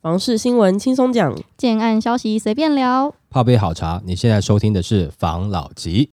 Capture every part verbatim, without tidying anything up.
房市新闻轻松讲， 建案消息随便聊， 泡杯好茶。你现在收听的是房老吉。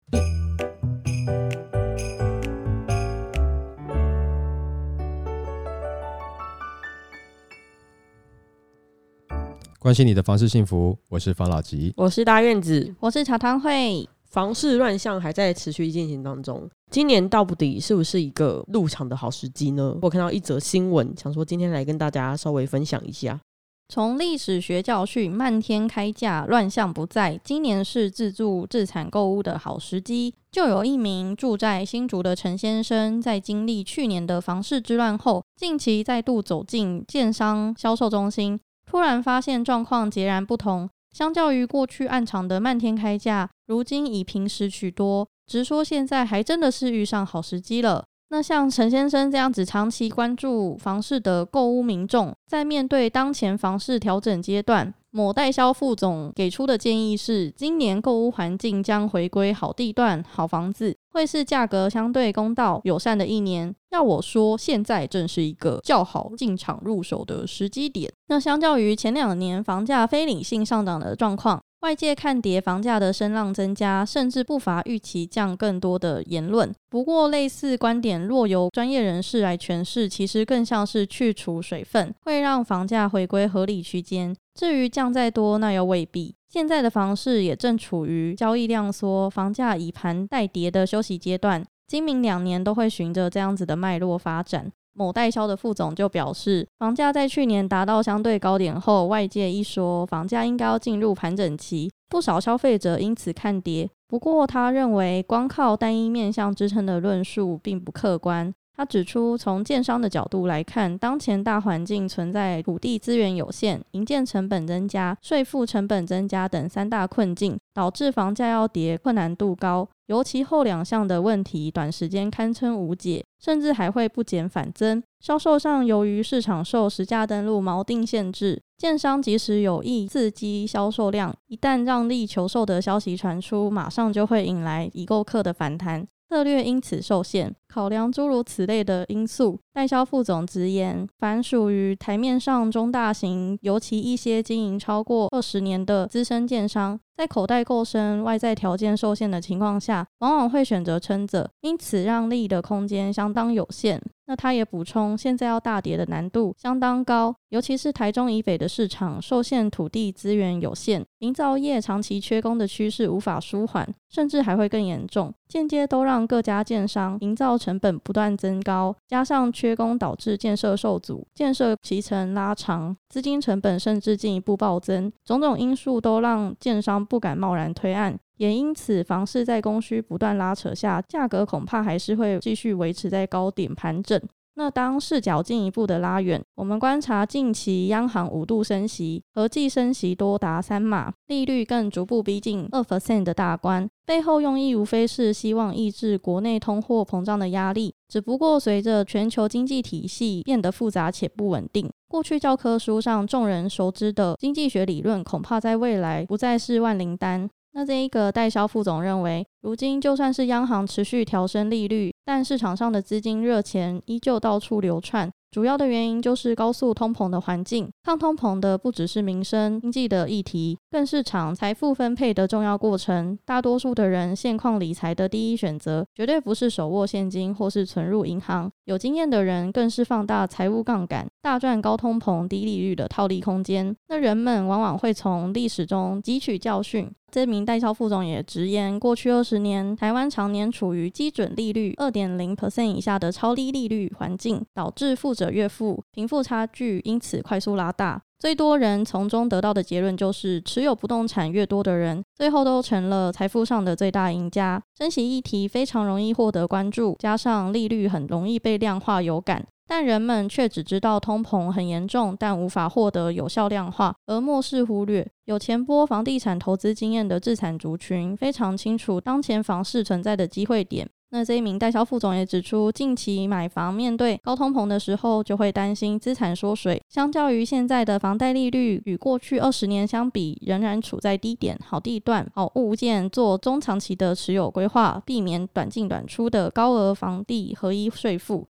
关心你的房市幸福，我是房老吉， 我是大院子， 我是茶汤会。 房市乱象还在持续进行当中，今年到底是不是一个入场的好时机呢？我看到一则新闻，想说今天来跟大家稍微分享一下。 从历史学教训，漫天开价，乱象不再，今年是自住自产购屋的好时机。就有一名住在新竹的陈先生，在经历去年的房市之乱后，近期再度走进建商销售中心，突然发现状况截然不同。相较于过去暗场的漫天开价，如今已平实许多，直说现在还真的是遇上好时机了。那像陈先生这样子长期关注房市的购屋民众，在面对当前房市调整阶段，某代销副总给出的建议是，今年购屋环境将回归好地段、好房子，会是价格相对公道、友善的一年。要我说，现在正是一个较好进场入手的时机点。那相较于前两年房价非理性上涨的状况，外界看跌房价的声浪增加，甚至不乏预期降更多的言论。不过类似观点若由专业人士来诠释，其实更像是去除水分，会让房价回归合理区间。至于降再多，那又未必。现在的房市也正处于交易量缩、房价以盘待跌的休息阶段，今明两年都会循着这样子的脉络发展。某代销的副总就表示，房价在去年达到相对高点后，外界一说房价应该要进入盘整期，不少消费者因此看跌。不过他认为光靠单一面向支撑的论述并不客观。他指出，从建商的角度来看，当前大环境存在土地资源有限、营建成本增加、税负成本增加等三大困境，导致房价要跌困难度高。尤其后两项的问题短时间堪称无解，甚至还会不减反增。销售上，由于市场受实价登录锚定限制，建商即使有意刺激销售量，一旦让利求售的消息传出，马上就会引来已购客的反弹，策略因此受限。考量诸如此类的因素，代销副总直言，凡属于台面上中大型，尤其一些经营超过二十年的资深建商，在口袋够深、外在条件受限的情况下，往往会选择撑着，因此让利的空间相当有限。那他也补充，现在要大跌的难度相当高，尤其是台中以北的市场受限土地资源有限，营造业长期缺工的趋势无法舒缓，甚至还会更严重，间接都让各家建商营造成本不断增高，加上缺工导致建设受阻，建设期程拉长，资金成本甚至进一步暴增，种种因素都让建商不敢贸然推案，也因此房市在供需不断拉扯下，价格恐怕还是会继续维持在高点盘整。那当视角进一步的拉远，我们观察近期央行五度升息，合计升息多达三码，利率更逐步逼近 百分之二 的大关，背后用意无非是希望抑制国内通货膨胀的压力。只不过随着全球经济体系变得复杂且不稳定，过去教科书上众人熟知的经济学理论恐怕在未来不再是万灵丹。那这一个代销副总认为，如今就算是央行持续调升利率，但市场上的资金热钱依旧到处流窜，主要的原因就是高速通膨的环境。抗通膨的不只是民生经济的议题，更是场财富分配的重要过程。大多数的人现况理财的第一选择绝对不是手握现金或是存入银行，有经验的人更是放大财务杠杆，大赚高通膨低利率的套利空间。那人们往往会从历史中汲取教训。这名代销副总也直言，过去二十年台湾常年处于基准利率 百分之二点零 以下的超低利率环境，导致富者越富，贫富差距因此快速拉大。最多人从中得到的结论就是，持有不动产越多的人，最后都成了财富上的最大赢家。升息议题非常容易获得关注，加上利率很容易被量化有感，但人们却只知道通膨很严重，但无法获得有效量化，而漠视忽略。有前波房地产投资经验的自产族群非常清楚当前房市存在的机会点。那这一名代销副总也指出，近期买房面对高通膨的时候，就会担心资产缩水。相较于现在的房贷利率，与过去二十年相比，仍然处在低点、好地段、好物件，做中长期的持有规划，避免短进短出的高额房地合一税负。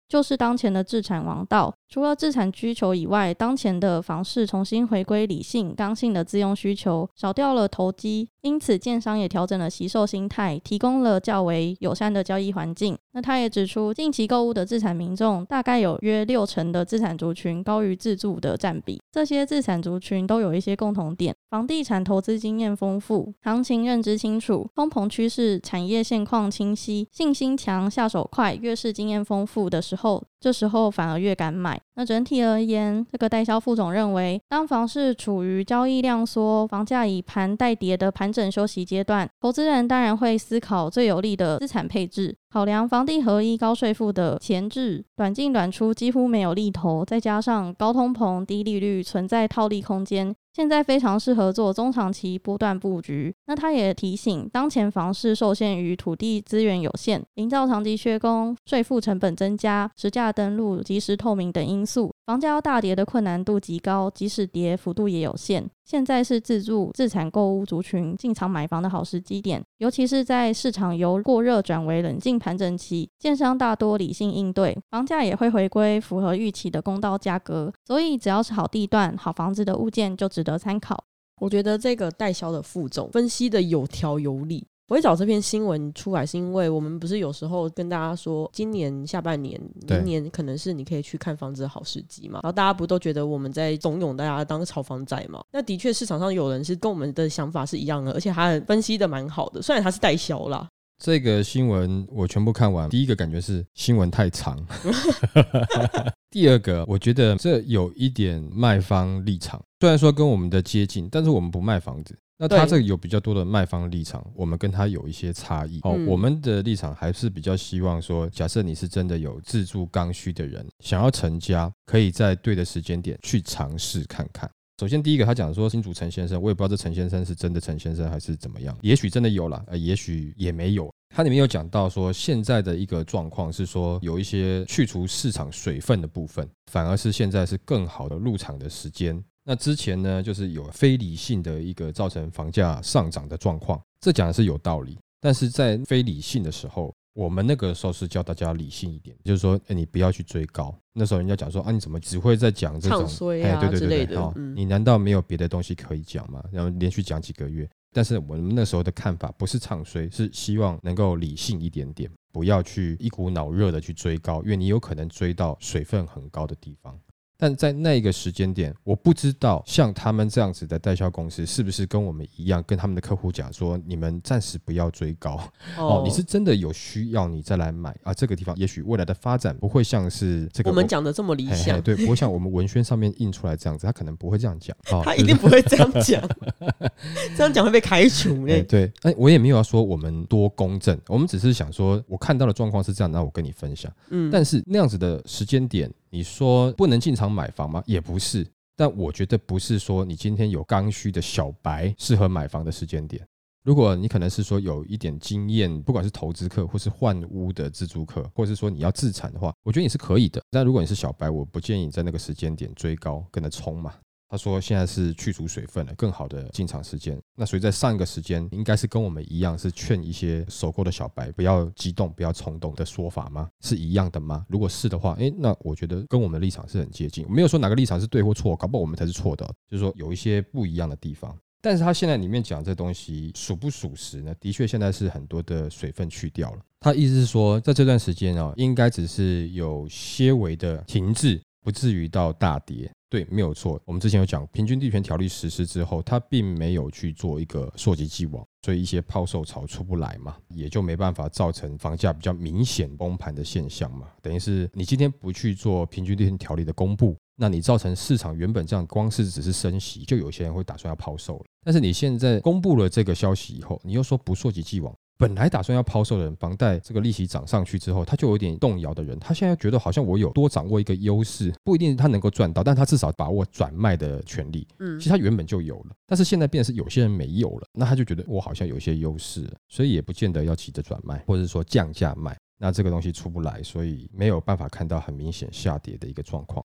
就是当前的置产王道。除了置产需求以外，当前的房市重新回归理性刚性的自用需求，少掉了投机，因此建商也调整了惜售心态，提供了较为友善的交易环境。那他也指出，近期购物的自产民众大概有约六成的自产族群高于自住的占比，这些自产族群都有一些共同点：房地产投资经验丰富，行情认知清楚，通膨趋势产业现况清晰，信心强，下手快，越是经验丰富的时候，这时候反而越敢买。那整体而言，这个代销副总认为，当房市处于交易量缩、房价以盘带跌的盘整休息阶段，投资人当然会思考最有利的资产配置，考量房地合一高税负的前置，短进短出几乎没有利头，再加上高通膨、低利率存在套利空间，现在非常适合做中长期波段布局。那他也提醒，当前房市受限于土地资源有限、营造长期缺工、税负成本增加、实价登录、及时透明等因素，房价要大跌的困难度极高，即使跌幅度也有限。现在是自住自产购屋族群进场买房的好时机点，尤其是在市场由过热转为冷静盘整期，建商大多理性应对，房价也会回归符合预期的公道价格，所以只要是好地段、好房子的物件就值得参考。 我觉得这个代销的副总分析的有条有理。我会找这篇新闻出来是因为我们不是有时候跟大家说今年下半年明年可能是你可以去看房子的好时机嘛，然后大家不都觉得我们在怂恿大家当炒房仔嘛？那的确市场上有人是跟我们的想法是一样的，而且他分析的蛮好的，虽然他是代销啦。 这个新闻我全部看完，第一个感觉是新闻太长第二个我觉得这有一点卖方立场，虽然说跟我们的接近，但是我们不卖房子，那他这个有比较多的卖方立场，我们跟他有一些差异、哦嗯、我们的立场还是比较希望说，假设你是真的有自住刚需的人，想要成家，可以在对的时间点去尝试看看。首先第一个他讲说新竹陈先生，我也不知道这陈先生是真的陈先生还是怎么样，也许真的有啦、呃、也许也没有。他里面有讲到说现在的一个状况是说有一些去除市场水分的部分，反而是现在是更好的入场的时间。那之前呢就是有非理性的一个造成房价上涨的状况，这讲的是有道理，但是在非理性的时候，我们那个时候是教大家理性一点，就是说、欸、你不要去追高。那时候人家讲说啊，你怎么只会在讲这种唱衰啊对对对对之类的、 哦嗯、 你难道没有别的东西可以讲吗？然后连续讲几个月。但是我们那时候的看法不是唱衰，是希望能够理性一点点，不要去一股脑热的去追高，因为你有可能追到水分很高的地方。但在那个时间点，我不知道像他们这样子的代销公司是不是跟我们一样，跟他们的客户讲说你们暂时不要追高、哦哦、你是真的有需要你再来买啊，这个地方也许未来的发展不会像是这个我们讲的这么理想， 嘿嘿对，不会像我们文宣上面印出来这样子，他可能不会这样讲、哦、 他一定不会这样讲这样讲会被开除、欸、 对、欸、我也没有要说我们多公正，我们只是想说我看到的状况是这样，那我跟你分享、嗯、但是那样子的时间点你说不能进场买房吗？也不是，但我觉得不是说你今天有刚需的小白适合买房的时间点。如果你可能是说有一点经验，不管是投资客或是换屋的自住客，或是说你要自产的话，我觉得你是可以的。但如果你是小白，我不建议你在那个时间点追高跟着冲嘛。他说现在是去除水分了，更好的进场时间。那所以在上一个时间应该是跟我们一样是劝一些首购的小白不要激动不要冲动的说法吗？是一样的吗？如果是的话，诶，那我觉得跟我们的立场是很接近，没有说哪个立场是对或错，搞不好我们才是错的，就是说有一些不一样的地方。但是他现在里面讲这东西属不属实呢？的确现在是很多的水分去掉了。他意思是说在这段时间、哦、应该只是有些微的停滞，不至于到大跌。对，没有错，我们之前有讲平均地权条例实施之后，它并没有去做一个溯及既往，所以一些抛售潮出不来嘛，也就没办法造成房价比较明显崩盘的现象嘛。等于是你今天不去做平均地权条例的公布，那你造成市场原本这样光是只是升息，就有些人会打算要抛售了。但是你现在公布了这个消息以后，你又说不溯及既往，本来打算要抛售的人，房贷这个利息涨上去之后，他就有点动摇的人，他现在觉得好像我有多掌握一个优势，不一定他能够赚到，但他至少把握转卖的权利。嗯，其实他原本就有了，但是现在变成是有些人没有了，那他就觉得我好像有一些优势了，所以也不见得要急着转卖，或者是说降价卖。那这个东西出不来，所以没有办法看到很明显下跌的一个状况。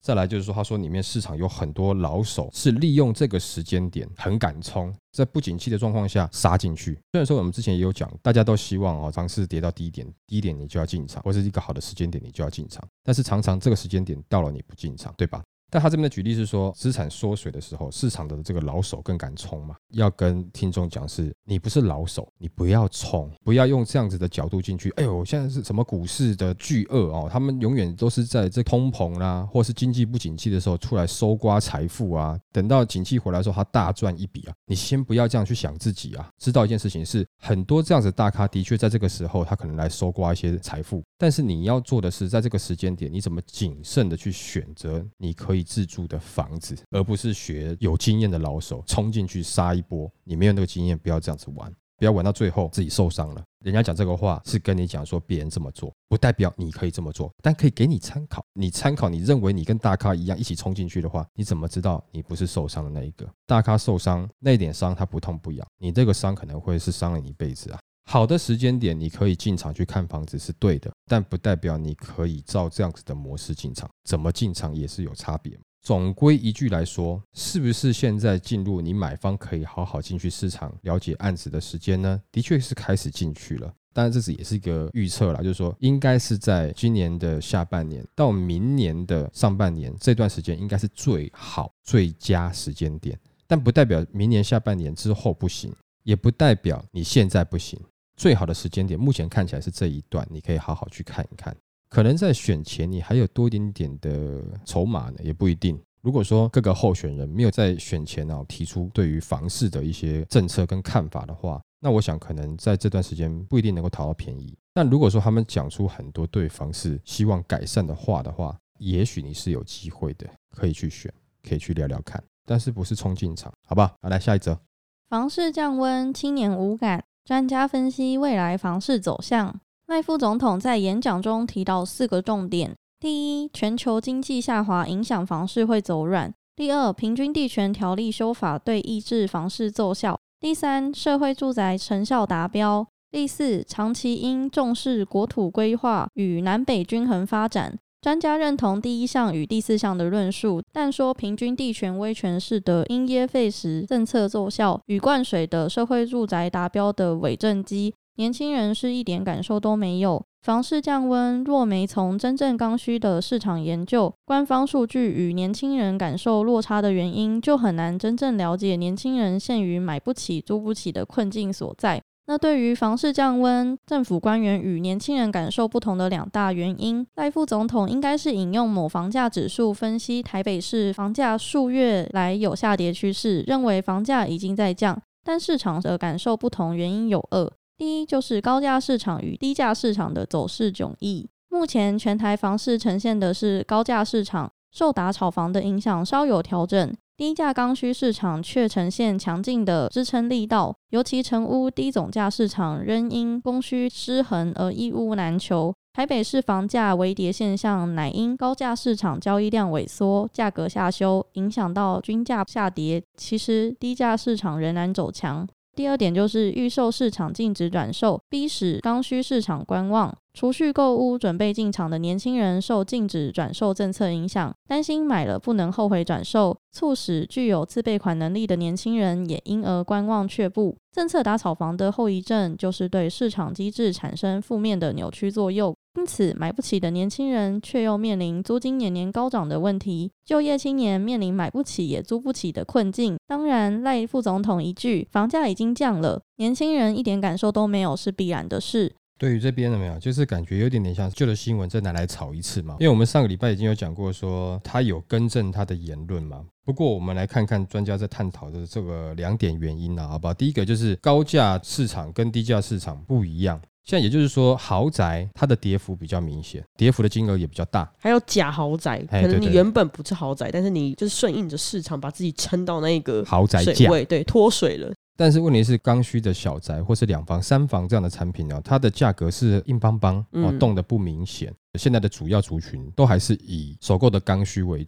再来就是说，他说里面市场有很多老手是利用这个时间点很敢冲，在不景气的状况下杀进去。虽然说我们之前也有讲，大家都希望哦，房市跌到低点，低点你就要进场，或是一个好的时间点你就要进场，但是常常这个时间点到了你不进场，对吧？但他这边的举例是说，资产缩水的时候，市场的这个老手更敢冲嘛。要跟听众讲是，你不是老手，你不要冲，不要用这样子的角度进去。哎呦，现在是什么股市的巨鳄哦，他们永远都是在这通膨啦、啊，或是经济不景气的时候出来收刮财富啊。等到景气回来的时候，他大赚一笔啊。你先不要这样去想自己啊，知道一件事情是，很多这样子大咖的确在这个时候，他可能来收刮一些财富，但是你要做的是，在这个时间点，你怎么谨慎的去选择你可以自住的房子，而不是学有经验的老手冲进去杀一波。你没有那个经验，不要这样子玩，不要玩到最后自己受伤了。人家讲这个话是跟你讲说别人这么做，不代表你可以这么做，但可以给你参考。你参考，你认为你跟大咖一样一起冲进去的话，你怎么知道你不是受伤的那一个？大咖受伤那一点伤他不痛不痒，你这个伤可能会是伤了你一辈子啊。好的时间点你可以进场去看房子是对的，但不代表你可以照这样子的模式进场，怎么进场也是有差别。总归一句来说，是不是现在进入你买方可以好好进去市场了解案子的时间呢？的确是开始进去了，当然这是也是一个预测啦，就是说应该是在今年的下半年到明年的上半年这段时间应该是最好最佳时间点，但不代表明年下半年之后不行，也不代表你现在不行。最好的时间点目前看起来是这一段，你可以好好去看一看。可能在选前你还有多一点点的筹码呢，也不一定。如果说各个候选人没有在选前、啊、提出对于房市的一些政策跟看法的话，那我想可能在这段时间不一定能够讨到便宜。但如果说他们讲出很多对房市希望改善的话的话，也许你是有机会的，可以去选，可以去聊聊看，但是不是冲进场，好不好？好，来下一则。 房市降温，青年无感，专家分析未来房市走向。赖副总统在演讲中提到四个重点：第一，全球经济下滑影响房市会走软；第二，平均地权条例修法对抑制房市奏效；第三，社会住宅成效达标；第四，长期应重视国土规划与南北均衡发展。专家认同第一项与第四项的论述，但说平均地权威权式的因噎废食政策奏效与灌水的社会住宅达标的伪政绩，年轻人是一点感受都没有。房市降温，若没从真正刚需的市场研究官方数据与年轻人感受落差的原因，就很难真正了解年轻人陷于买不起租不起的困境所在。那对于房市降温，政府官员与年轻人感受不同的两大原因，赖副总统应该是引用某房价指数分析台北市房价数月来有下跌趋势，认为房价已经在降，但市场的感受不同，原因有二。第一，就是高价市场与低价市场的走势迥异。目前全台房市呈现的是高价市场，受打炒房的影响稍有调整，低价刚需市场却呈现强劲的支撑力道，尤其成屋低总价市场仍因供需失衡而一屋难求。台北市房价微跌现象乃因高价市场交易量萎缩，价格下修，影响到均价下跌，其实低价市场仍然走强。第二点就是预售市场禁止转售，逼使刚需市场观望。储蓄购屋准备进场的年轻人受禁止转售政策影响，担心买了不能后悔转售，促使具有自备款能力的年轻人也因而观望却步。政策打炒房的后遗症就是对市场机制产生负面的扭曲作用，因此买不起的年轻人却又面临租金年年高涨的问题，就业青年面临买不起也租不起的困境。当然，赖副总统一句房价已经降了，年轻人一点感受都没有是必然的事。 对于这边的没有，就是感觉有点点像旧的新闻再拿来炒一次嘛。因为我们上个礼拜已经有讲过说他有更正他的言论嘛。不过我们来看看专家在探讨的这个两点原因啦，好不好？第一个就是高价市场跟低价市场不一样。现在也就是说豪宅它的跌幅比较明显，跌幅的金额也比较大。 还有假豪宅，可能你原本不是豪宅，但是你就是顺应着市场把自己撑到那个豪宅价， 对，脱水了。 但是问题是刚需的小宅或是两房三房这样的产品、哦、它的价格是硬邦邦、哦、动得不明显。现在的主要族群都还是以首购的刚需为主，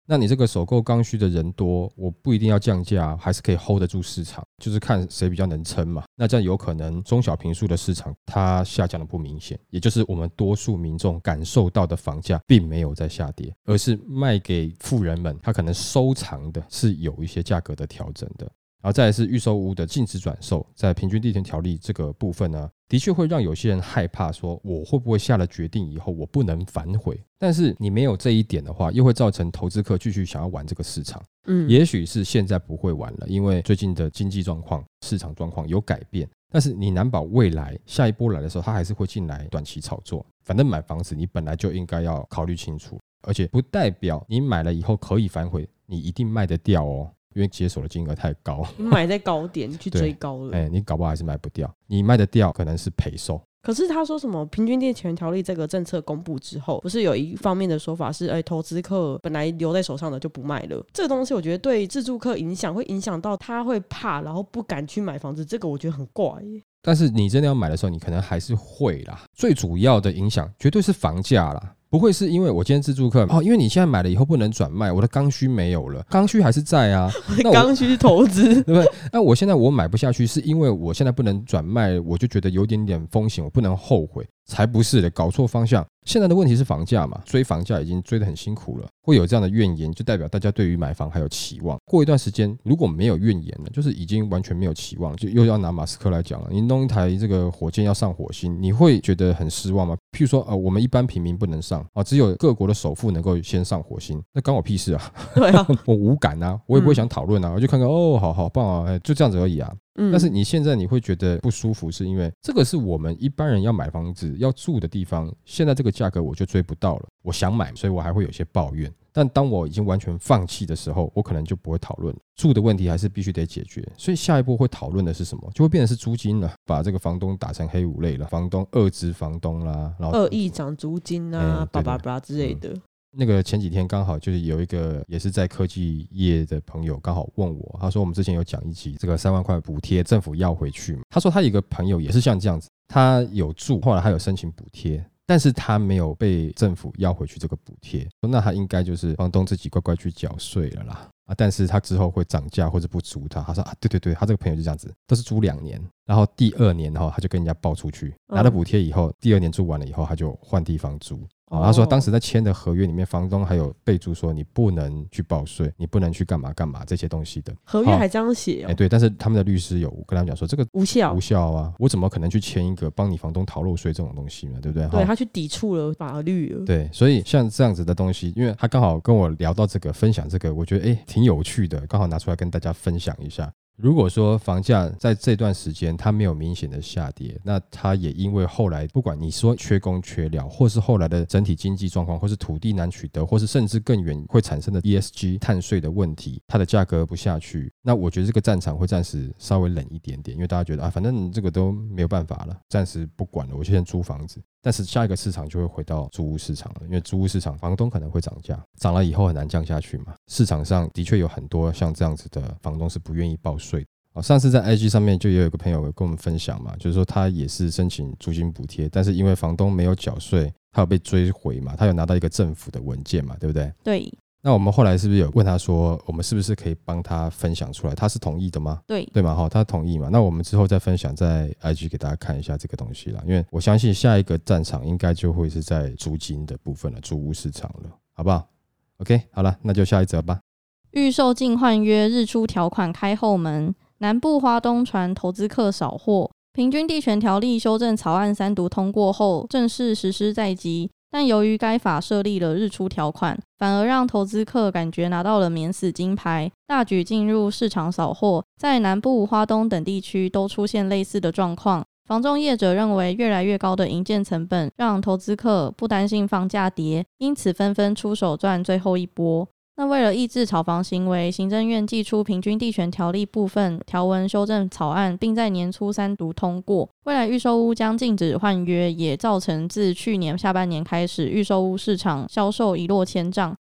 那你这个首购刚需的人多，我不一定要降价，还是可以 hold 得住市场，就是看谁比较能撑嘛。那这样有可能中小坪数的市场它下降的不明显，也就是我们多数民众感受到的房价并没有在下跌，而是卖给富人们，他可能收藏的是有一些价格的调整的。然后再来是预售屋的禁止转售，在平均地权条例这个部分呢，的确会让有些人害怕说，我会不会下了决定以后我不能反悔？但是你没有这一点的话，又会造成投资客继续想要玩这个市场。嗯，也许是现在不会玩了，因为最近的经济状况、市场状况有改变，但是你难保未来下一波来的时候，他还是会进来短期炒作。反正买房子你本来就应该要考虑清楚，而且不代表你买了以后可以反悔，你一定卖得掉哦。因为接手的金额太高， 你买在高点去追高了， 欸、你搞不好还是卖不掉，你卖得掉可能是赔售。 可是他说什么平均地权条例这个政策公布之后，不是有一方面的说法是，哎、欸，投资客本来留在手上的就不卖了，这个东西我觉得对自住客影响会影响到他会怕，然后不敢去买房子，这个我觉得很怪耶。 但是你真的要买的时候，你可能还是会啦。最主要的影响绝对是房价啦。不会是因为我今天自住客哦，因为你现在买了以后不能转卖，我的刚需没有了，刚需还是在啊。 那刚需是投资， 对不对？那我现在我买不下去，是因为我现在不能转卖，我就觉得有点点风险，我不能后悔，才不是的，搞错方向。现在的问题是房价嘛，追房价已经追得很辛苦了，会有这样的怨言，就代表大家对于买房还有期望。过一段时间如果没有怨言了，就是已经完全没有期望，就又要拿马斯克来讲了，你弄一台这个火箭要上火星，你会觉得很失望吗？譬如说、呃、我们一般平民不能上、啊、只有各国的首富能够先上火星，那关我屁事啊。 对啊我无感啊，我也不会想讨论啊、嗯、我就看看哦，好好棒啊，就这样子而已啊。嗯、但是你现在你会觉得不舒服，是因为这个是我们一般人要买房子要住的地方，现在这个价格我就追不到了，我想买，所以我还会有些抱怨。但当我已经完全放弃的时候，我可能就不会讨论，住的问题还是必须得解决。所以下一步会讨论的是什么，就会变成是租金了，把这个房东打成黑五类了，房东恶质房东啦，然后恶意涨租金啊，叭叭叭之类的、嗯。 那个前几天刚好就是有一个也是在科技业的朋友刚好问我，他说我们之前有讲一集这个三万块补贴政府要回去嘛，他说他有一个朋友也是像这样子，他有住，后来他有申请补贴，但是他没有被政府要回去这个补贴，那他应该就是房东自己乖乖去缴税了啦。啊，但是他之后会涨价或者不租他，他说啊，对对对，他这个朋友就这样子，都是租两年，然后第二年后他就跟人家报出去，拿了补贴以后，第二年住完了以后他就换地方租。哦、他说当时在签的合约里面，房东还有备注说你不能去报税，你不能去干嘛干嘛这些东西的。 合约还这样写哦？ 哎、欸，对，但是他们的律师有跟他们讲说这个无效无效啊，我怎么可能去签一个帮你房东逃漏税这种东西呢？对不对？ 对，他去抵触了法律了。 对，所以像这样子的东西，因为他刚好跟我聊到这个，分享这个，我觉得哎挺有趣的，刚好拿出来跟大家分享一下。如果说房价在这段时间它没有明显的下跌，那它也因为后来不管你说缺工缺料，或是后来的整体经济状况，或是土地难取得，或是甚至更远会产生的 E S G 碳税的问题，它的价格不下去，那我觉得这个战场会暂时稍微冷一点点，因为大家觉得啊，反正这个都没有办法了，暂时不管了，我先租房子。但是下一个市场就会回到租屋市场了，因为租屋市场房东可能会涨价，涨了以后很难降下去嘛。市场上的确有很多像这样子的房东是不愿意报税的。上次在 I G 上面就也有一个朋友跟我们分享嘛，就是说他也是申请租金补贴，但是因为房东没有缴税，他有被追回嘛，他有拿到一个政府的文件嘛，对不对？ 对。 那我们后来是不是有问他说，我们是不是可以帮他分享出来？他是同意的吗？ 对， 对嘛，他同意嘛。那我们之后再分享在 I G 给大家看一下这个东西啦，因为我相信下一个战场应该就会是在租金的部分了，租屋市场了，好不好 ？OK， 好了，那就下一则吧。 预售禁换约日出条款开后门，南部花东传投资客少货，平均地权条例修正草案三读通过后正式实施在即。但由于该法设立了日出条款，反而让投资客感觉拿到了免死金牌，大举进入市场扫货，在南部、花东等地区都出现类似的状况。房仲业者认为越来越高的营建成本让投资客不担心房价跌，因此纷纷出手赚最后一波。那为了抑制炒房行为，行政院祭出平均地权条例部分条文修正草案，并在年初三读通过。未来预售屋将禁止换约，也造成自去年下半年开始预售屋市场销售一落千丈。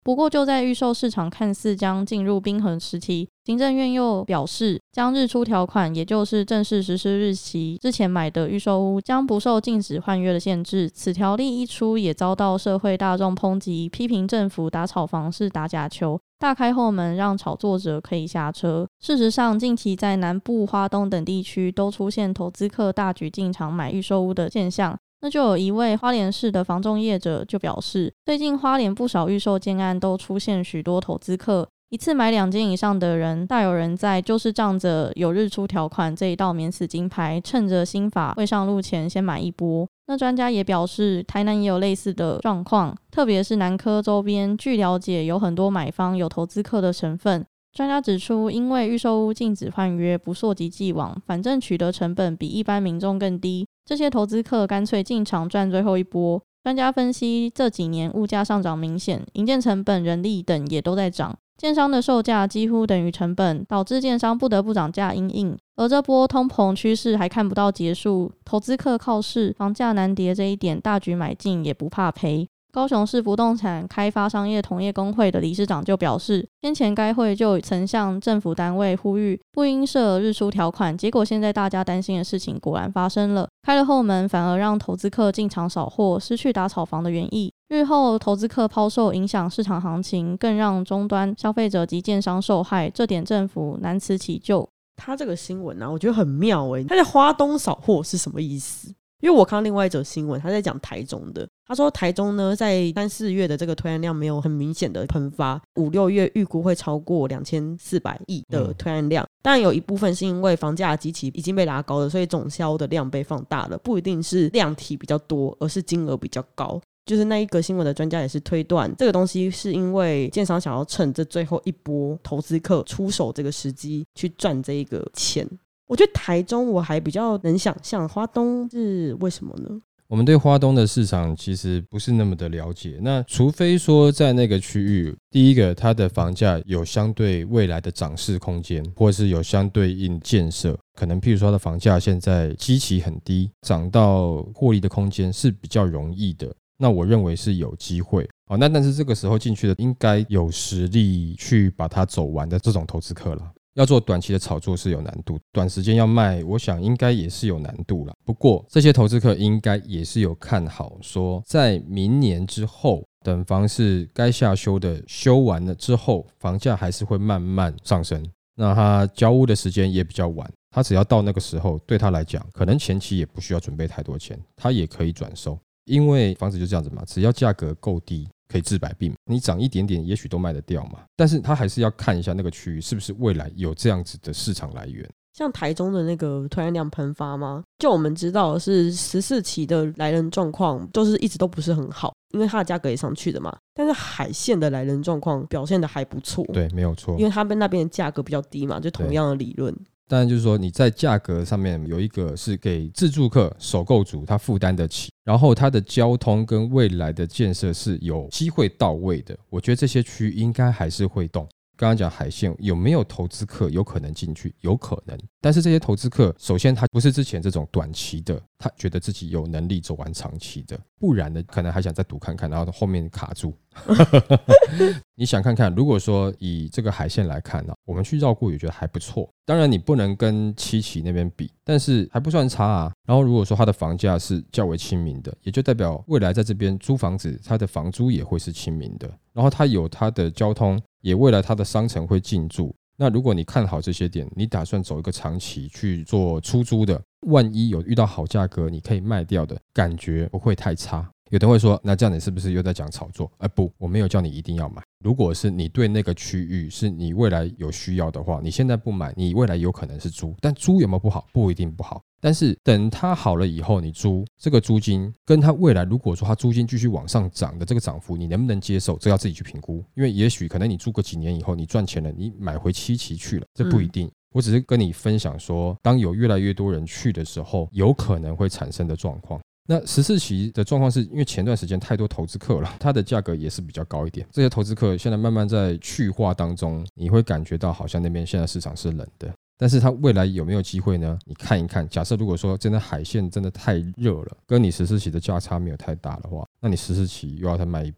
不过就在预售市场看似将进入冰河时期，行政院又表示将日出条款，也就是正式实施日期之前买的预售屋将不受禁止换约的限制。此条例一出也遭到社会大众抨击，批评政府打炒房是打假球，大开后门让炒作者可以下车。事实上，近期在南部、花东等地区都出现投资客大举进场买预售屋的现象。那就有一位花莲市的房仲业者就表示，最近花莲不少预售建案都出现许多投资客，一次买两间以上的人大有人在，就是仗着有日出条款这一道免死金牌，趁着新法未上路前先买一波。那专家也表示，台南也有类似的状况，特别是南科周边，据了解有很多买方有投资客的成分。专家指出，因为预售屋禁止换约，不溯及既往，反正取得成本比一般民众更低，这些投资客干脆进场赚最后一波。专家分析，这几年物价上涨明显，营建成本、人力等也都在涨，建商的售价几乎等于成本，导致建商不得不涨价因应。而这波通膨趋势还看不到结束，投资客靠市，房价难跌这一点大举买进也不怕赔。高雄市不动产开发商业同业公会的理事长就表示，先前该会就曾向政府单位呼吁不应设日出条款，结果现在大家担心的事情果然发生了，开了后门，反而让投资客进场扫货，失去打炒房的原意。日后投资客抛售影响市场行情，更让终端消费者及建商受害，这点政府难辞其咎。 他这个新闻啊，我觉得很妙诶、欸，他在花东扫货是什么意思？因为我看到另外一则新闻，他在讲台中的，他说台中呢在三四月的这个推案量没有很明显的喷发，五六月预估会超过两千四百亿的推案量、嗯、当然有一部分是因为房价的基期已经被拉高了，所以总销的量被放大了，不一定是量体比较多，而是金额比较高。就是那一个新闻的专家也是推断，这个东西是因为建商想要趁这最后一波投资客出手这个时机去赚这个钱。我觉得台中我还比较能想象，花东是为什么呢？ 我们对花东的市场其实不是那么的了解，那除非说在那个区域，第一个它的房价有相对未来的涨势空间，或是有相对应建设，可能譬如说它的房价现在基期很低，涨到获利的空间是比较容易的，那我认为是有机会。好，那但是这个时候进去的应该有实力去把它走完的这种投资客啦，要做短期的炒作是有难度，短时间要卖我想应该也是有难度啦。不过这些投资客应该也是有看好说在明年之后，等房市该下修的修完了之后，房价还是会慢慢上升，那他交屋的时间也比较晚，他只要到那个时候，对他来讲可能前期也不需要准备太多钱，他也可以转售，因为房子就这样子嘛，只要价格够低可以治百病，你涨一点点也许都卖得掉嘛，但是他还是要看一下那个区域是不是未来有这样子的市场来源。 像台中的那个推案量喷发吗？就我们知道的是十四期的来人状况就是一直都不是很好，因为它的价格也上去的嘛，但是海线的来人状况表现的还不错。 对，没有错， 因为他们那边的价格比较低嘛，就同样的理论。 当然就是说你在价格上面有一个是给自住客首购族他负担得起，然后他的交通跟未来的建设是有机会到位的，我觉得这些区域应该还是会动。刚刚讲海线有没有投资客有可能进去，有可能，但是这些投资客首先他不是之前这种短期的，他觉得自己有能力走完长期的，不然呢可能还想再赌看看，然后后面卡住你想看看，如果说以这个海线来看呢、啊，我们去绕过也觉得还不错，当然你不能跟七期那边比，但是还不算差啊。然后如果说它的房价是较为亲民的，也就代表未来在这边租房子它的房租也会是亲民的，然后它有它的交通，也未来它的商城会进驻。那如果你看好这些点，你打算走一个长期去做出租的，万一有遇到好价格你可以卖掉的感觉不会太差。有人会说，那这样你是不是又在讲炒作？哎，不，我没有叫你一定要买。如果是你对那个区域是你未来有需要的话，你现在不买，你未来有可能是租，但租有没有不好？不一定不好。但是等它好了以后，你租这个租金跟它未来如果说它租金继续往上涨的这个涨幅，你能不能接受？这要自己去评估。因为也许可能你租个几年以后，你赚钱了，你买回七期去了，这不一定。嗯，我只是跟你分享说，当有越来越多人去的时候，有可能会产生的状况。那十四期的状况是因为前段时间太多投资客了，它的价格也是比较高一点，这些投资客现在慢慢在去化当中，你会感觉到好像那边现在市场是冷的，但是它未来有没有机会呢？你看一看，假设如果说真的海线真的太热了，跟你十四期的价差没有太大的话，那你十四期又要再卖一波了。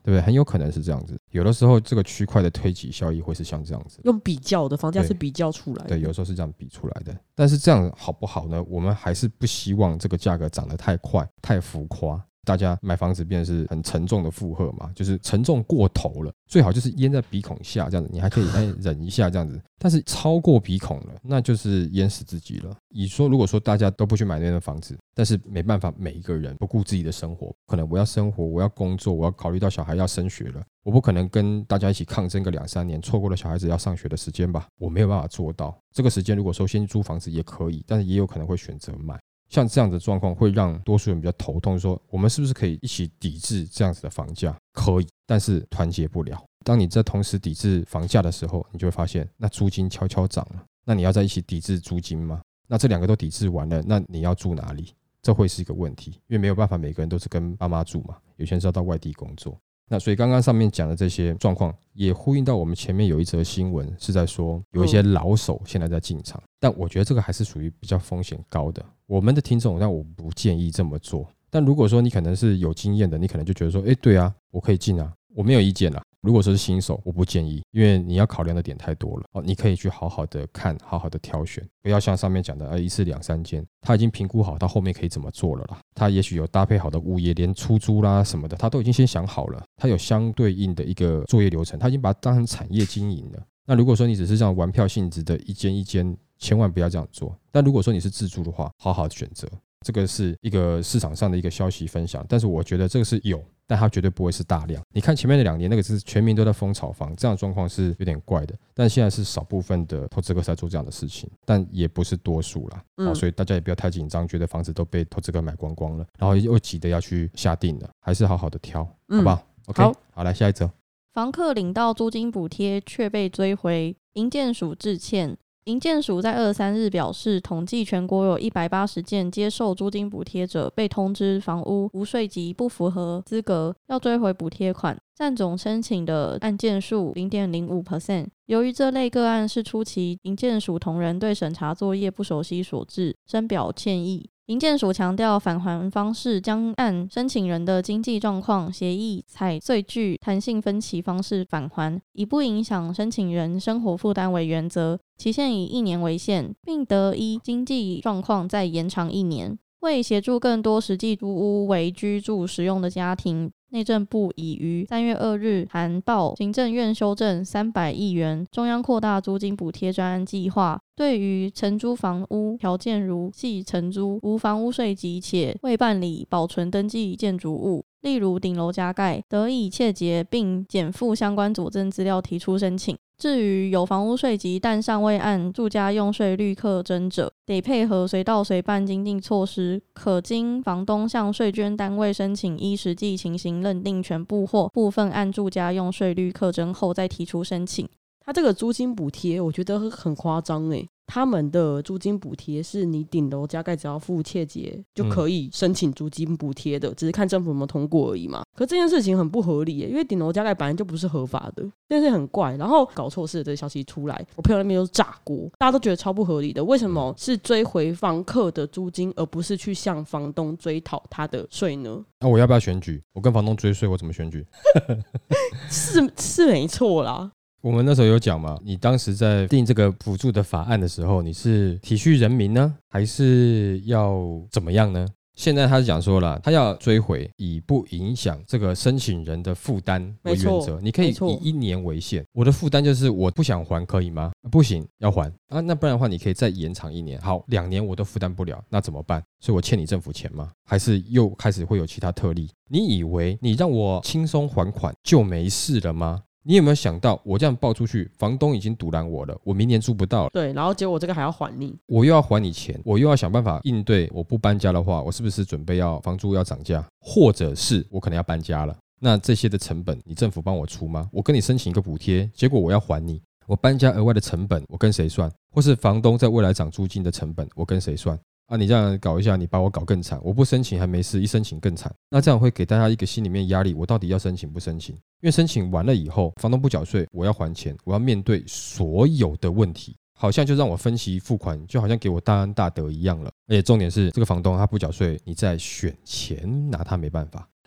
对不对？很有可能是这样子。有的时候这个区块的推挤效益会是像这样子， 用比较的房价是比较出来的， 对，有时候是这样比出来的。但是这样好不好呢？我们还是不希望这个价格涨得太快太浮夸，大家买房子变成是很沉重的负荷嘛，就是沉重过头了，最好就是淹在鼻孔下这样子，你还可以哎忍一下这样子，但是超过鼻孔了，那就是淹死自己了。以说如果说大家都不去买那间房子，但是没办法，每一个人不顾自己的生活，可能我要生活，我要工作，我要考虑到小孩要升学了，我不可能跟大家一起抗争个两三年，错过了小孩子要上学的时间吧，我没有办法做到。这个时间如果说先租房子也可以，但是也有可能会选择买。像这样的状况会让多数人比较头痛，说我们是不是可以一起抵制这样子的房价？可以，但是团结不了。当你在同时抵制房价的时候，你就会发现那租金悄悄涨了，那你要在一起抵制租金吗？那这两个都抵制完了，那你要住哪里？这会是一个问题，因为没有办法每个人都是跟爸妈住嘛，有些人是要到外地工作。那所以刚刚上面讲的这些状况也呼应到我们前面有一则新闻是在说有一些老手现在在进场，但我觉得这个还是属于比较风险高的，我们的听众但我不建议这么做。但如果说你可能是有经验的，你可能就觉得说哎，对啊，我可以进啊，我没有意见啦。如果说是新手，我不建议，因为你要考量的点太多了哦。你可以去好好的看，好好的挑选，不要像上面讲的，呃，一次两三间，他已经评估好他后面可以怎么做了啦。他也许有搭配好的物业，连出租啦什么的，他都已经先想好了，他有相对应的一个作业流程，他已经把它当成产业经营了。那如果说你只是这样玩票性质的一间一间，千万不要这样做。但如果说你是自住的话，好好的选择。这个是一个市场上的一个消息分享，但是我觉得这个是有，但它绝对不会是大量。你看前面的两年那个是全民都在疯炒房，这样的状况是有点怪的，但现在是少部分的投资客在做这样的事情，但也不是多数啦、嗯哦、所以大家也不要太紧张，觉得房子都被投资客买光光了，然后又急得要去下定了，还是好好的挑、嗯、好不好 OK 好, 好来下一则。 房客领到租金补贴却被追回，营建署致歉。营建署在二十三日表示，统计全国有一百八十件接受租金补贴者被通知房屋无税及不符合资格，要追回补贴款，占总申请的案件数 百分之零点零五。 由于这类个案是初期营建署同仁对审查作业不熟悉所致，深表歉意。营建署强调，返还方式将按申请人的经济状况、协议采最具弹性分期方式返还，以不影响申请人生活负担为原则，期限以一年为限，并得依经济状况再延长一年。为协助更多实际租屋为居住使用的家庭，内政部已于三月二日函报行政院修正三百亿元中央扩大租金补贴专案计划，对于承租房屋条件如系承租无房屋税及且未办理保存登记建筑物，例如顶楼加盖，得以切结并减负相关佐证资料提出申请。至于有房屋税及但尚未按住家用税率课征者，得配合随到随办经济措施，可经房东向税捐单位申请依实际情形认定全部或部分按住家用税率课征后再提出申请。 他这个租金补贴我觉得很夸张欸，他们的租金补贴是你顶楼加盖只要付切结就可以申请租金补贴的、嗯、只是看政府有没有通过而已嘛。可这件事情很不合理耶，因为顶楼加盖本来就不是合法的，这件事很怪。然后搞错事的这个消息出来，我朋友那边就炸锅，大家都觉得超不合理的。为什么是追回房客的租金而不是去向房东追讨他的税呢？ 那、啊、我要不要选举？我跟房东追税我怎么选举？ 是是没错啦。 我们那时候有讲嘛，你当时在定这个补助的法案的时候，你是体恤人民呢，还是要怎么样呢？现在他是讲说了，他要追回以不影响这个申请人的负担为原则，你可以以一年为限。我的负担就是我不想还可以吗？不行，要还啊。那不然的话你可以再延长一年，好，两年我都负担不了，那怎么办？所以我欠你政府钱吗？还是又开始会有其他特例？你以为你让我轻松还款就没事了吗？你有没有想到我这样报出去，房东已经阻拦我了，我明年住不到了。 对，然后结果这个还要还你， 我又要还你钱，我又要想办法应对。我不搬家的话，我是不是准备要房租要涨价，或者是我可能要搬家了？那这些的成本你政府帮我出吗？我跟你申请一个补贴，结果我要还你，我搬家额外的成本我跟谁算？或是房东在未来涨租金的成本我跟谁算？啊，你这样搞一下，你把我搞更惨，我不申请还没事，一申请更惨。那这样会给大家一个心里面压力，我到底要申请不申请？因为申请完了以后，房东不缴税，我要还钱，我要面对所有的问题，好像就让我分期付款，就好像给我大恩大德一样了。而且重点是，这个房东他不缴税，你再选钱拿他没办法。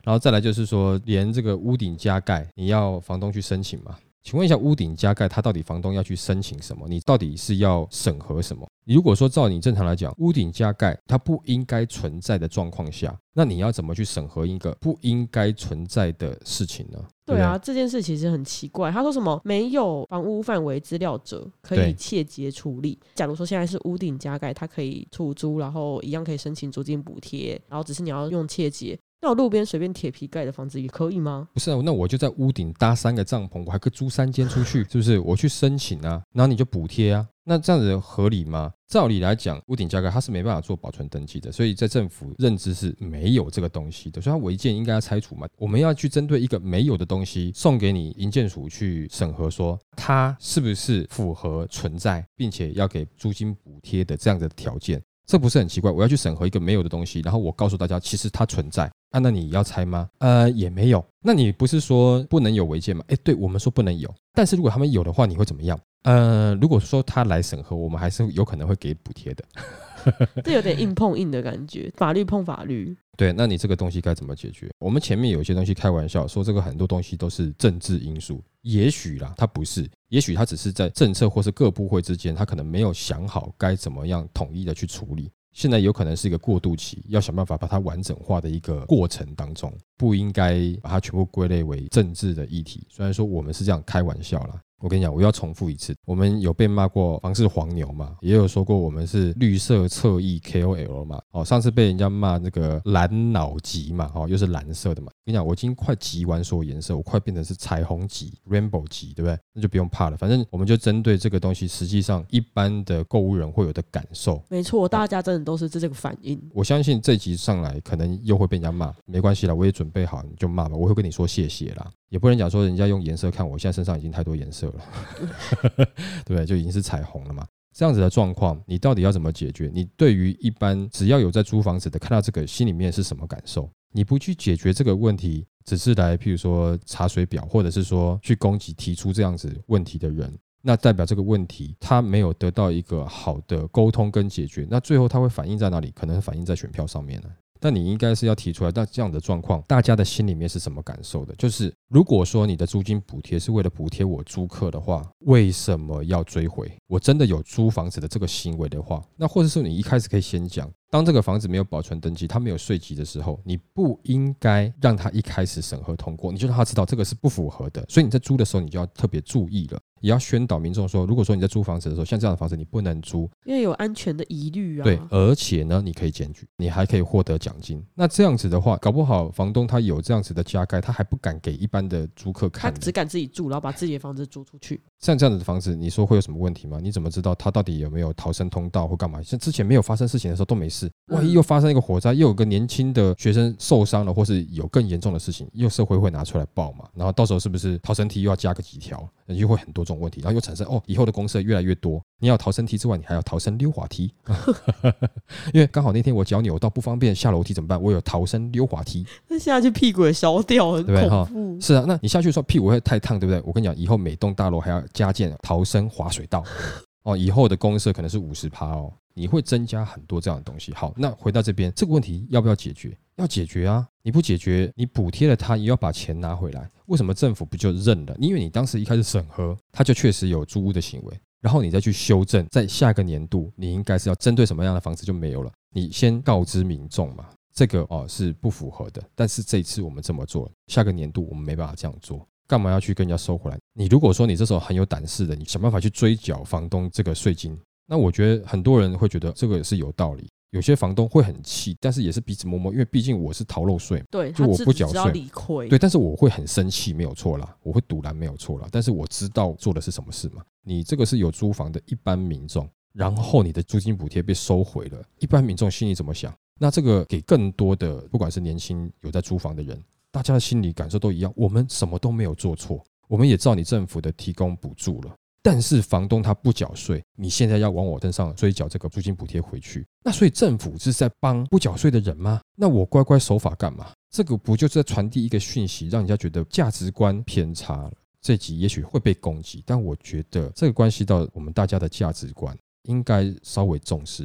然后再来就是说，连这个屋顶加盖，你要房东去申请吗？请问一下，屋顶加盖，它到底房东要去申请什么？你到底是要审核什么？你如果说照你正常来讲，屋顶加盖它不应该存在的状况下，那你要怎么去审核一个不应该存在的事情呢？ 对啊，对，这件事其实很奇怪。他说什么没有房屋范围资料者可以切结处理。假如说现在是屋顶加盖，它可以出租，然后一样可以申请租金补贴，然后只是你要用切结。那我路边随便铁皮盖的房子也可以吗？ 不是啊，那我就在屋顶搭三个帐篷，我还可以租三间出去，是不是？我去申请啊，然后你就补贴啊，那这样子合理吗？照理来讲，屋顶加盖它是没办法做保存登记的，所以在政府认知是没有这个东西的，所以它违建应该要拆除嘛。我们要去针对一个没有的东西送给你营建署去审核，说它是不是符合存在，并且要给租金补贴的这样的条件。这不是很奇怪？我要去审核一个没有的东西，然后我告诉大家其实它存在啊，那你要拆吗？呃，也没有。那你不是说不能有违建吗？诶，对，我们说不能有，但是如果他们有的话，你会怎么样？呃，如果说他来审核，我们还是有可能会给补贴的。 这有点硬碰硬的感觉，法律碰法律。 对，那你这个东西该怎么解决？我们前面有一些东西开玩笑说这个很多东西都是政治因素，也许啦，它不是，也许它只是在政策或是各部会之间，它可能没有想好该怎么样统一的去处理。现在有可能是一个过渡期，要想办法把它完整化的一个过程当中，不应该把它全部归类为政治的议题。虽然说我们是这样开玩笑啦，我跟你讲，我要重复一次，我们有被骂过房市黄牛嘛，也有说过我们是绿色侧翼 K O L 嘛，哦，上次被人家骂那个蓝脑级嘛，哦，又是蓝色的嘛，跟你讲，我已经快集完所有颜色，我快变成是彩虹级 Rainbow 级，对不对？那就不用怕了，反正我们就针对这个东西，实际上一般的购物人会有的感受。 没错，大家真的都是这个反应。 我相信这集上来可能又会被人家骂，没关系啦，我也准备好，你就骂吧，我会跟你说谢谢啦。也不能讲说人家用颜色看我，现在身上已经太多颜色了对不对？就已经是彩虹了嘛。这样子的状况你到底要怎么解决？你对于一般只要有在租房子的看到这个心里面是什么感受？你不去解决这个问题，只是来譬如说查水表，或者是说去攻击提出这样子问题的人，那代表这个问题他没有得到一个好的沟通跟解决，那最后他会反映在哪里？可能反映在选票上面了。但你应该是要提出来，但这样的状况大家的心里面是什么感受的？就是如果说你的租金补贴是为了补贴我租客的话，为什么要追回？我真的有租房子的这个行为的话，那或者是你一开始可以先讲，当这个房子没有保存登记，它没有税籍的时候，你不应该让他一开始审核通过，你就让他知道这个是不符合的，所以你在租的时候你就要特别注意了，也要宣导民众说，如果说你在租房子的时候，像这样的房子你不能租， 因为有安全的疑虑啊。 对，而且呢，你可以检举，你还可以获得奖金。那这样子的话，搞不好房东他有这样子的加盖，他还不敢给一般的租客看， 他只敢自己住，然后把自己的房子租出去。 像这样子的房子，你说会有什么问题吗？你怎么知道他到底有没有逃生通道或干嘛？像之前没有发生事情的时候都没事，万一又发生一个火灾，又有个年轻的学生受伤了，或是有更严重的事情，又社会会拿出来报嘛？然后到时候是不是逃生梯又要加个几条？就会很多种问题，然后又产生哦，以后的公设越来越多，你要逃生梯之外，你还要逃生溜滑梯，因为刚好那天我脚扭到不方便下楼梯怎么办？我有逃生溜滑梯， 那下去屁股也消掉，很恐怖。 是啊，那你下去的时候屁股会太烫，对不对？我跟你讲，以后每栋大楼还要加建逃生滑水道哦，以后的公设可能是 百分之五十 哦，你会增加很多这样的东西。好，那回到这边，这个问题要不要解决？要解决啊！你不解决，你补贴了他，也要把钱拿回来。为什么政府不就认了？因为你当时一开始审核，他就确实有租屋的行为，然后你再去修正，在下个年度，你应该是要针对什么样的房子就没有了。你先告知民众嘛，这个哦是不符合的。但是这一次我们这么做了，下个年度我们没办法这样做。干嘛要去跟人家收回来？你如果说你这时候很有胆识的，你想办法去追缴房东这个税金，那我觉得很多人会觉得这个是有道理。有些房东会很气，但是也是鼻子摸摸，因为毕竟我是逃漏税， 对， 就我不缴税， 理亏， 对，但是我会很生气，没有错啦，我会堵拦没有错啦，但是我知道做的是什么事嘛。你这个是有租房的一般民众，然后你的租金补贴被收回了，一般民众心里怎么想？那这个给更多的不管是年轻有在租房的人，大家的心理感受都一样，我们什么都没有做错，我们也照你政府的提供补助了。但是房东他不缴税，你现在要往我身上追缴这个租金补贴回去，那所以政府是在帮不缴税的人吗？那我乖乖守法干嘛？这个不就是在传递一个讯息，让人家觉得价值观偏差了？这集也许会被攻击，但我觉得这个关系到我们大家的价值观，应该稍微重视一下。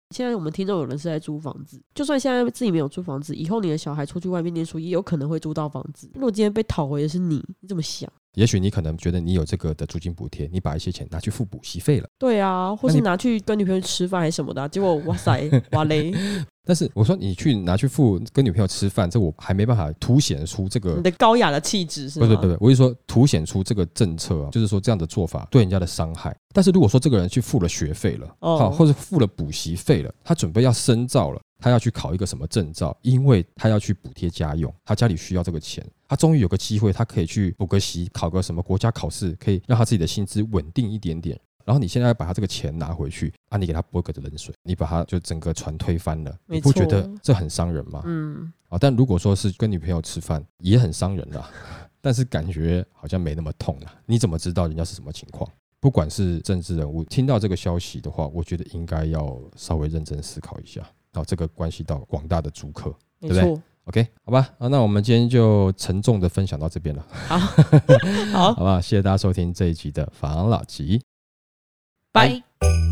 现在我们听众有人是在租房子，就算现在自己没有租房子，以后你的小孩出去外面念书也有可能会租到房子。如果今天被讨回的是你，你怎么想？ 也许你可能觉得你有这个的租金补贴，你把一些钱拿去付补习费了。 对啊，或是拿去跟女朋友吃饭还是什么的、啊、结果哇塞哇嘞。 但是我说你去拿去付跟女朋友吃饭，这我还没办法凸显出这个你的高雅的气质是吗？ 不是不是，我是说凸显出这个政策啊，就是说这样的做法对人家的伤害。但是如果说这个人去付了学费了，哦、好，或者付了补习费了，他准备要深造了，他要去考一个什么证照，因为他要去补贴家用，他家里需要这个钱，他终于有个机会，他可以去补个习，考个什么国家考试，可以让他自己的薪资稳定一点点。然后你现在要把他这个钱拿回去啊，你给他泼个冷水，你把他就整个船推翻了，你不觉得这很伤人吗？嗯，啊，但如果说是跟女朋友吃饭，也很伤人啦，但是感觉好像没那么痛啦。你怎么知道人家是什么情况？不管是政治人物，听到这个消息的话，我觉得应该要稍微认真思考一下。然后这个关系到广大的租客，对不对？OK， 好吧，啊，那我们今天就沉重的分享到这边了。 好，好， 好吧，谢谢大家收听这一集的法郎老吉。 拜。